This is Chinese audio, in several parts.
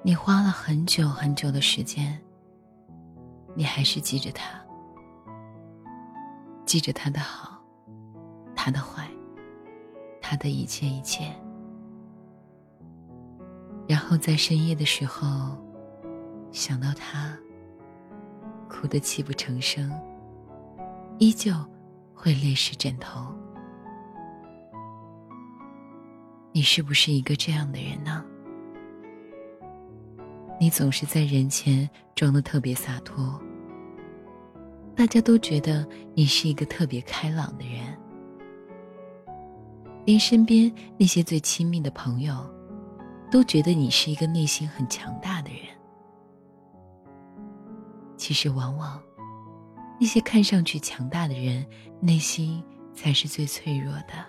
你花了很久很久的时间，你还是记着他，记着他的好，他的坏，他的一切一切。然后在深夜的时候想到他，哭得泣不成声，依旧会泪湿枕头。你是不是一个这样的人呢？你总是在人前装得特别洒脱，大家都觉得你是一个特别开朗的人，连身边那些最亲密的朋友都觉得你是一个内心很强大的人。其实往往那些看上去强大的人，内心才是最脆弱的。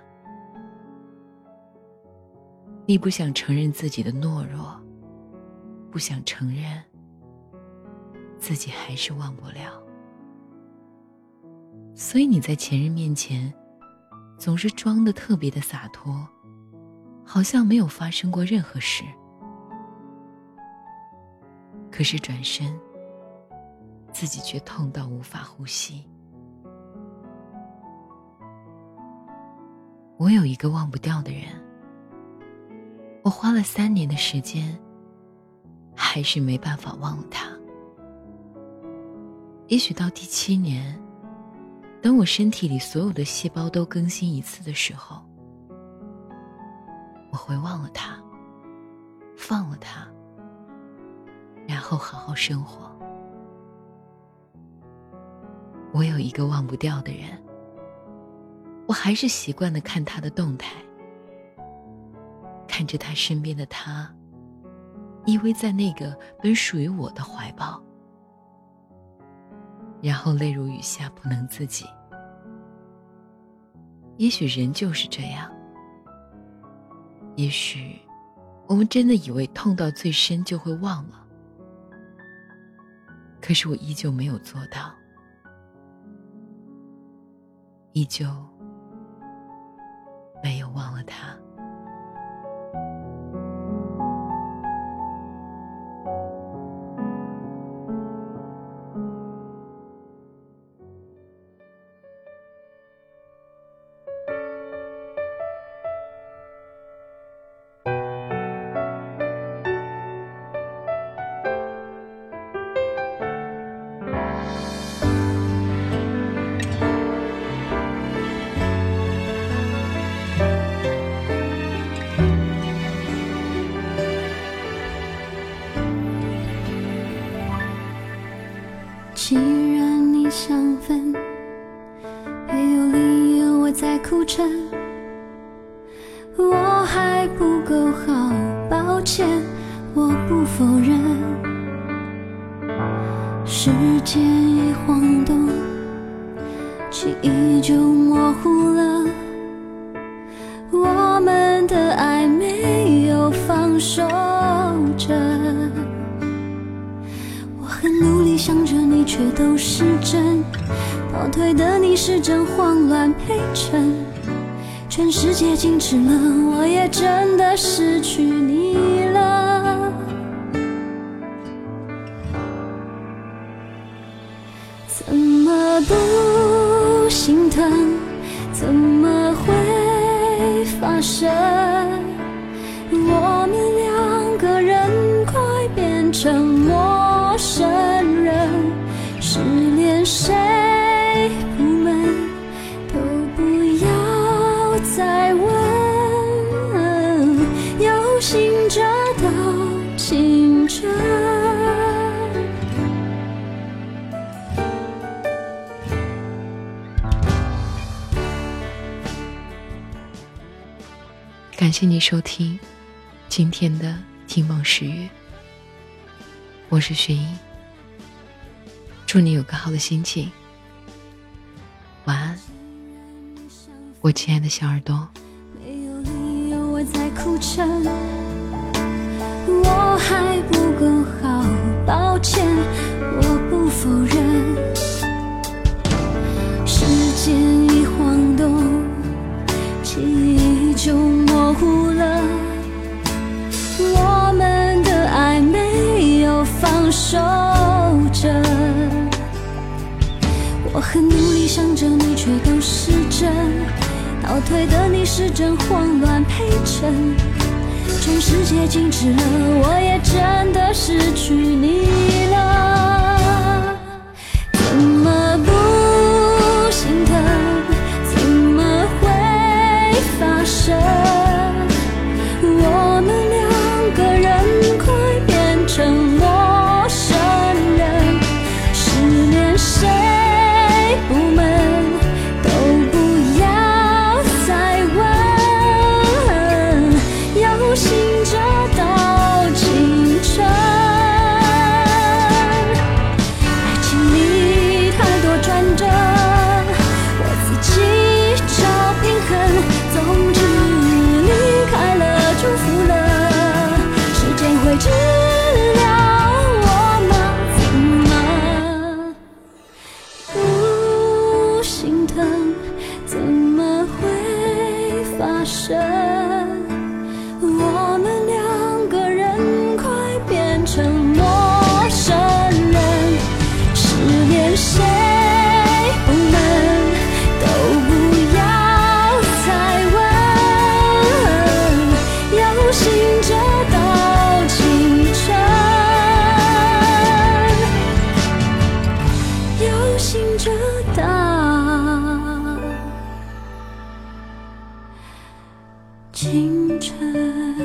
你不想承认自己的懦弱，不想承认自己还是忘不了，所以你在前任面前总是装得特别的洒脱，好像没有发生过任何事。可是转身，自己却痛到无法呼吸。我有一个忘不掉的人，我花了3年的时间，还是没办法忘了他。也许到第7年，等我身体里所有的细胞都更新一次的时候，我会忘了他，放了他，然后好好生活。我有一个忘不掉的人，我还是习惯地看他的动态，看着他身边的他依偎在那个本属于我的怀抱，然后泪如雨下，不能自己。也许人就是这样，也许我们真的以为痛到最深就会忘了，可是我依旧没有做到，依旧没有忘了他。 既然你想分，没有理由我在哭撑，我还不够好，抱歉，我不否认。时间一晃动，记忆就模糊了，我们的爱没有放手着。很努力想着你，却都是真，倒退的你是真慌乱陪衬，全世界静止了，我也真的失去你了。怎么不心疼？怎么会发生？我们2个人快变成陌生人，失恋谁不闷，都不要再问，有心着都请着。 感谢你收听今天的听梦时雨，我是雪英，祝你有个好的心情，晚安，我亲爱的小耳朵。 没有理由我在哭撑，我还不够好，抱歉，我不否认。时间一晃动，记忆就模糊了，我们的爱没我很努力想着你，却都是真。倒退的你是真，慌乱陪衬。全世界静止了，我也真的失去你了。怎么不心疼？怎么会发生？我们两个人快变成陌生人，失恋谁不闷？都不要再问，要醒着到清晨。爱情里太多转折，我自己找平衡。总之离开了，祝福了，时间会治疗我吗？怎么不心疼？怎么会发生？我们两个人快变成陌生人，失恋谁不闷？都不要再问，要醒着到清晨，要醒着到清晨。